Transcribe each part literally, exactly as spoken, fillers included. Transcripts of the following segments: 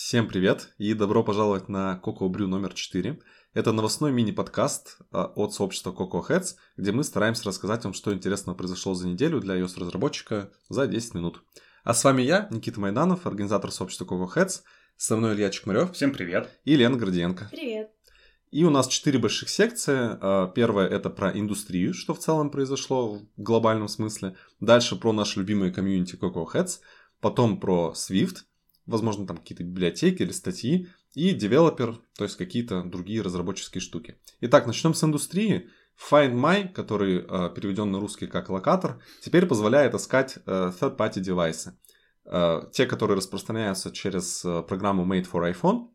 Всем привет и добро пожаловать на Cocoa Brew номер четыре. Это новостной мини-подкаст от сообщества Cocoa Heads, где мы стараемся рассказать вам, что интересного произошло за неделю для iOS-разработчика за десять минут. А с вами я, Никита Майданов, организатор сообщества Cocoa Heads. Со мной Илья Чекмарев. Всем привет. И Лена Гордиенко. Привет. И у нас четыре больших секции. Первая — это про индустрию, что в целом произошло в глобальном смысле. Дальше про наши любимые комьюнити Cocoa Heads. Потом про Swift. Возможно, там какие-то библиотеки или статьи, и девелопер, то есть какие-то другие разработческие штуки. Итак, начнем с индустрии. Find My, который э, переведен на русский как локатор, теперь позволяет искать э, third-party девайсы. Э, те, которые распространяются через э, программу Made for iPhone,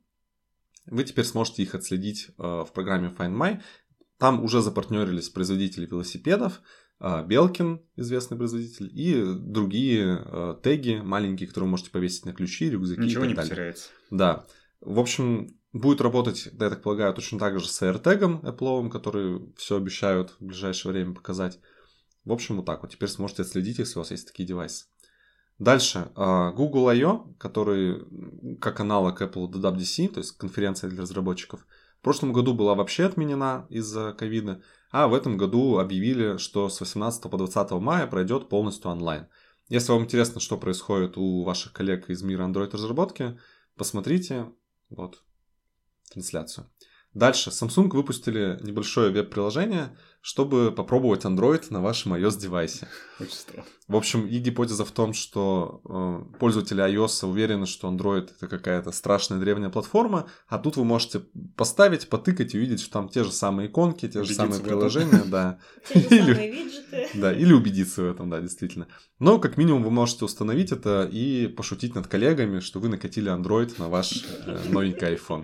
вы теперь сможете их отследить э, в программе Find My. Там уже запартнерились производители велосипедов, Белкин, известный производитель, и другие э, теги маленькие, которые вы можете повесить на ключи, рюкзаки. Ничего и так не далее. потеряется. Да. В общем, будет работать, я так полагаю, точно так же с AirTag Apple, который все обещают в ближайшее время показать. В общем, вот так вот. Теперь сможете отследить, если у вас есть такие девайсы. Дальше. Google I O, который как аналог Apple дабл ю даблью ди си, то есть конференция для разработчиков, в прошлом году была вообще отменена из-за ковида, а в этом году объявили, что с восемнадцатого по двадцатое мая пройдет полностью онлайн. Если вам интересно, что происходит у ваших коллег из мира Android-разработки, посмотрите вот трансляцию. Дальше. Samsung выпустили небольшое веб-приложение, чтобы попробовать Android на вашем iOS-девайсе. Очень странно. В общем, и гипотеза в том, что э, пользователи iOS уверены, что Android — это какая-то страшная древняя платформа, а тут вы можете поставить, потыкать и увидеть, что там те же самые иконки, те же самые приложения, да. Те же самые виджеты. Да, или убедиться в этом, да, действительно. Но, как минимум, вы можете установить это и пошутить над коллегами, что вы накатили Android на ваш э, новенький iPhone.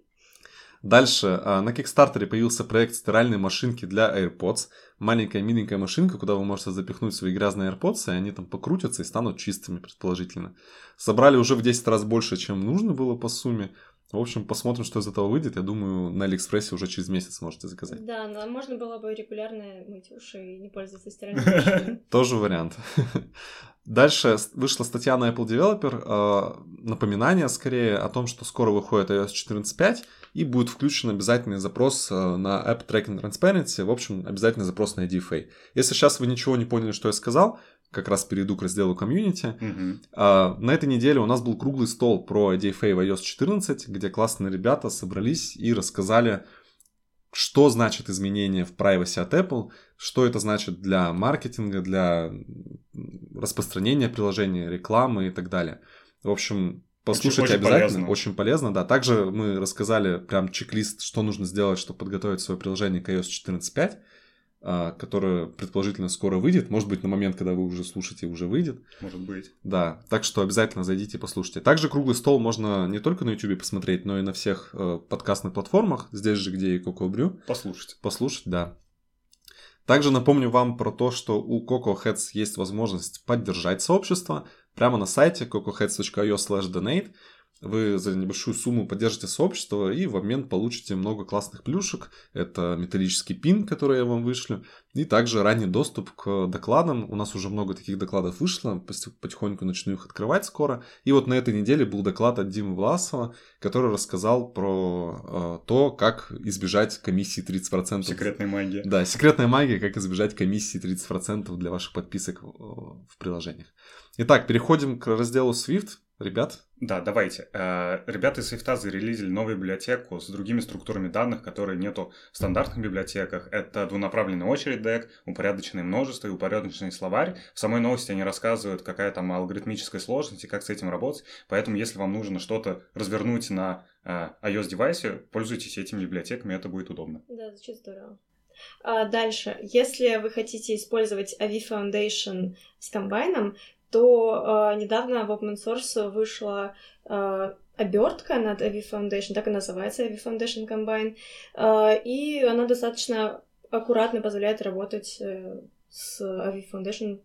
Дальше. На Kickstarter появился проект стиральной машинки для AirPods. Маленькая миленькая машинка, куда вы можете запихнуть свои грязные AirPods, и они там покрутятся и станут чистыми, предположительно. Собрали уже в десять раз больше, чем нужно было по сумме. В общем, посмотрим, что из этого выйдет. Я думаю, на Алиэкспрессе уже через месяц сможете заказать. Да, но можно было бы регулярно мыть уши и не пользоваться стиральной машиной. Тоже вариант. Дальше вышла статья на Apple Developer, напоминание скорее о том, что скоро выходит iOS четырнадцать пять и будет включен обязательный запрос на App Tracking Transparency, в общем, обязательный запрос на ай ди эф эй. Если сейчас вы ничего не поняли, что я сказал, как раз перейду к разделу комьюнити. Mm-hmm. На этой неделе у нас был круглый стол про ай ди эф эй в iOS четырнадцать, где классные ребята собрались и рассказали, что значит изменение в privacy от Apple, что это значит для маркетинга, для распространения приложения, рекламы и так далее. В общем, послушайте очень, очень обязательно. Полезно. Очень полезно, да. Также мы рассказали прям чек-лист, что нужно сделать, чтобы подготовить свое приложение к iOS четырнадцать пять, которое предположительно скоро выйдет. Может быть, на момент, когда вы уже слушаете, уже выйдет. Может быть. Да, так что обязательно зайдите и послушайте. Также круглый стол можно не только на YouTube посмотреть, но и на всех э, подкастных платформах, здесь же, где и Cocoa Brew. Послушать. Послушать, да. Также напомню вам про то, что у Cocoa Heads есть возможность поддержать сообщество. Прямо на сайте cocoaheads точка ай о слэш донейт вы за небольшую сумму поддержите сообщество и в обмен получите много классных плюшек. Это металлический пин, который я вам вышлю, и также ранний доступ к докладам. У нас уже много таких докладов вышло, потихоньку начну их открывать скоро. И вот на этой неделе был доклад от Димы Власова, который рассказал про э, то, как избежать комиссии тридцать процентов. Секретная магия. Да, секретная магия, как избежать комиссии тридцать процентов для ваших подписок в, в приложениях. Итак, переходим к разделу Swift. Ребят? Да, давайте. Ребята из Swift зарелизили новую библиотеку с другими структурами данных, которые нету в стандартных библиотеках. Это двунаправленная очередь дэг, упорядоченное множество и упорядоченный словарь. В самой новости они рассказывают, какая там алгоритмическая сложность и как с этим работать. Поэтому, если вам нужно что-то развернуть на iOS-девайсе, пользуйтесь этими библиотеками, это будет удобно. Да, звучит здорово. А дальше, если вы хотите использовать эй ви Foundation с комбайном, то э, недавно в open source вышла э, обертка над эй ви Foundation, так и называется эй ви Foundation Combine, э, и она достаточно аккуратно позволяет работать э, с эй ви Foundation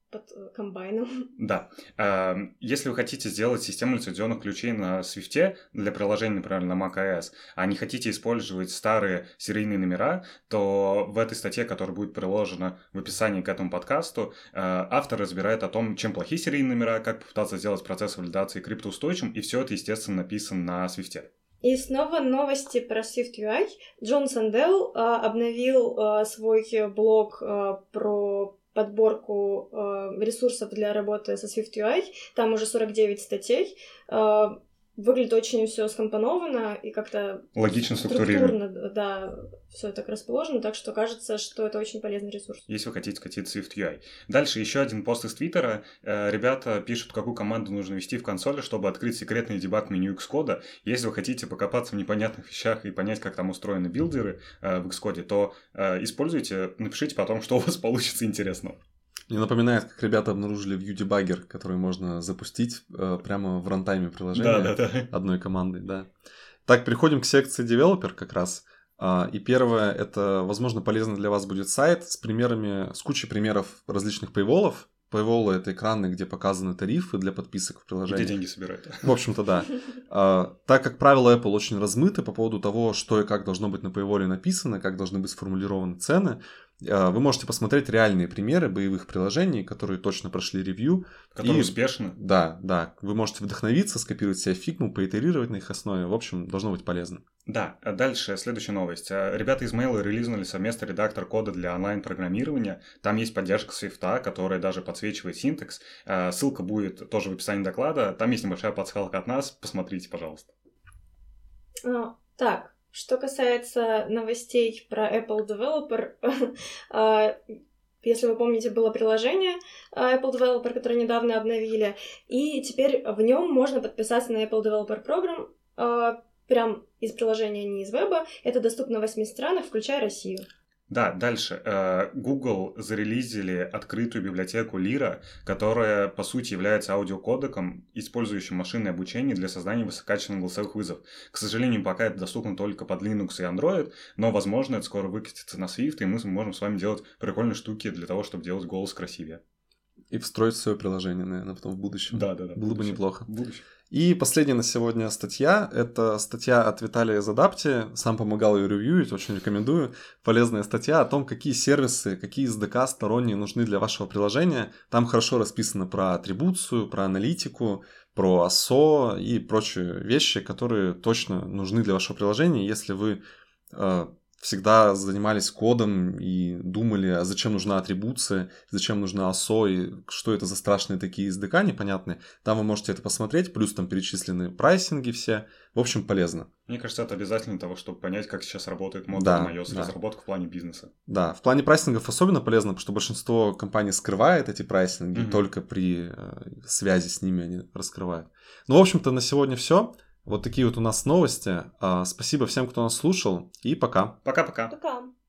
под комбайном. Да. Если вы хотите сделать систему лицензионных ключей на Swift для приложений, например, на macOS, а не хотите использовать старые серийные номера, то в этой статье, которая будет приложена в описании к этому подкасту, автор разбирает о том, чем плохие серийные номера, как попытаться сделать процесс валидации криптоустойчивым, и все это, естественно, написано на Swift. И снова новости про SwiftUI. Джон Сандел а, обновил а, свой блог а, про подборку э, ресурсов для работы со SwiftUI. Там уже сорок девять статей. Э, выглядит очень все скомпоновано и как-то логично, структурировано. Да, все так расположено, так что кажется, что это очень полезный ресурс. Если вы хотите скатить SwiftUI. Дальше еще один пост из Твиттера. Э, ребята пишут, какую команду нужно ввести в консоли, чтобы открыть секретный дебаг меню Xcode. Если вы хотите покопаться в непонятных вещах и понять, как там устроены билдеры э, в Xcode, то э, используйте, напишите потом, что у вас получится интересного. Мне напоминает, как ребята обнаружили Vue-дебаггер, который можно запустить э, прямо в рантайме приложения да, да, да. одной командой. Да. Так, переходим к секции Developer как раз. И первое, это, возможно, полезно для вас будет сайт с примерами, с кучей примеров различных paywall'ов. Paywall — это экраны, где показаны тарифы для подписок в приложении. Где деньги собирают. В общем-то, да. А, так как правила Apple очень размыты по поводу того, что и как должно быть на Paywall написано, как должны быть сформулированы цены, а, вы можете посмотреть реальные примеры боевых приложений, которые точно прошли ревью. Которые и, успешны. Да, да. Вы можете вдохновиться, скопировать себе фигму, поитерировать на их основе. В общем, должно быть полезно. Да, дальше следующая новость. Ребята из Mail релизнули совместно редактор кода для онлайн-программирования. Там есть поддержка Swift, которая даже подсвечивает синтекс. Ссылка будет тоже в описании доклада. Там есть небольшая пасхалка от нас. Посмотрите, пожалуйста. А, так, что касается новостей про Apple Developer, если вы помните, было приложение Apple Developer, которое недавно обновили, и теперь в нем можно подписаться на Apple Developer Program прям из приложения, не из веба. Это доступно в восьми странах, включая Россию. Да, дальше. Google зарелизили открытую библиотеку Lyra, которая, по сути, является аудиокодеком, использующим машинное обучение для создания высококачественных голосовых вызовов. К сожалению, пока это доступно только под Linux и Android, но, возможно, это скоро выкатится на Swift, и мы можем с вами делать прикольные штуки для того, чтобы делать голос красивее. И встроить в свое приложение, наверное, потом в будущем. Да, да, да. Было бы неплохо. В будущем. И последняя на сегодня статья. Это статья от Виталия Задапти. Сам помогал ее ревьюить, очень рекомендую. Полезная статья о том, какие сервисы, какие эс ди кей сторонние нужны для вашего приложения. Там хорошо расписано про атрибуцию, про аналитику, про эй эс о и прочие вещи, которые точно нужны для вашего приложения, если вы э, всегда занимались кодом и думали, а зачем нужна атрибуция, зачем нужна эй эс о и что это за страшные такие эс ди кей непонятные. Там вы можете это посмотреть, плюс там перечислены прайсинги все. В общем, полезно. Мне кажется, это обязательно для того, чтобы понять, как сейчас работает модуль да, iOS-разработка да. в плане бизнеса. Да, в плане прайсингов особенно полезно, потому что большинство компаний скрывает эти прайсинги, mm-hmm. только при э, связи с ними они раскрывают. Ну, в общем-то, на сегодня все. Вот такие вот у нас новости. Спасибо всем, кто нас слушал, и пока. Пока-пока. Пока.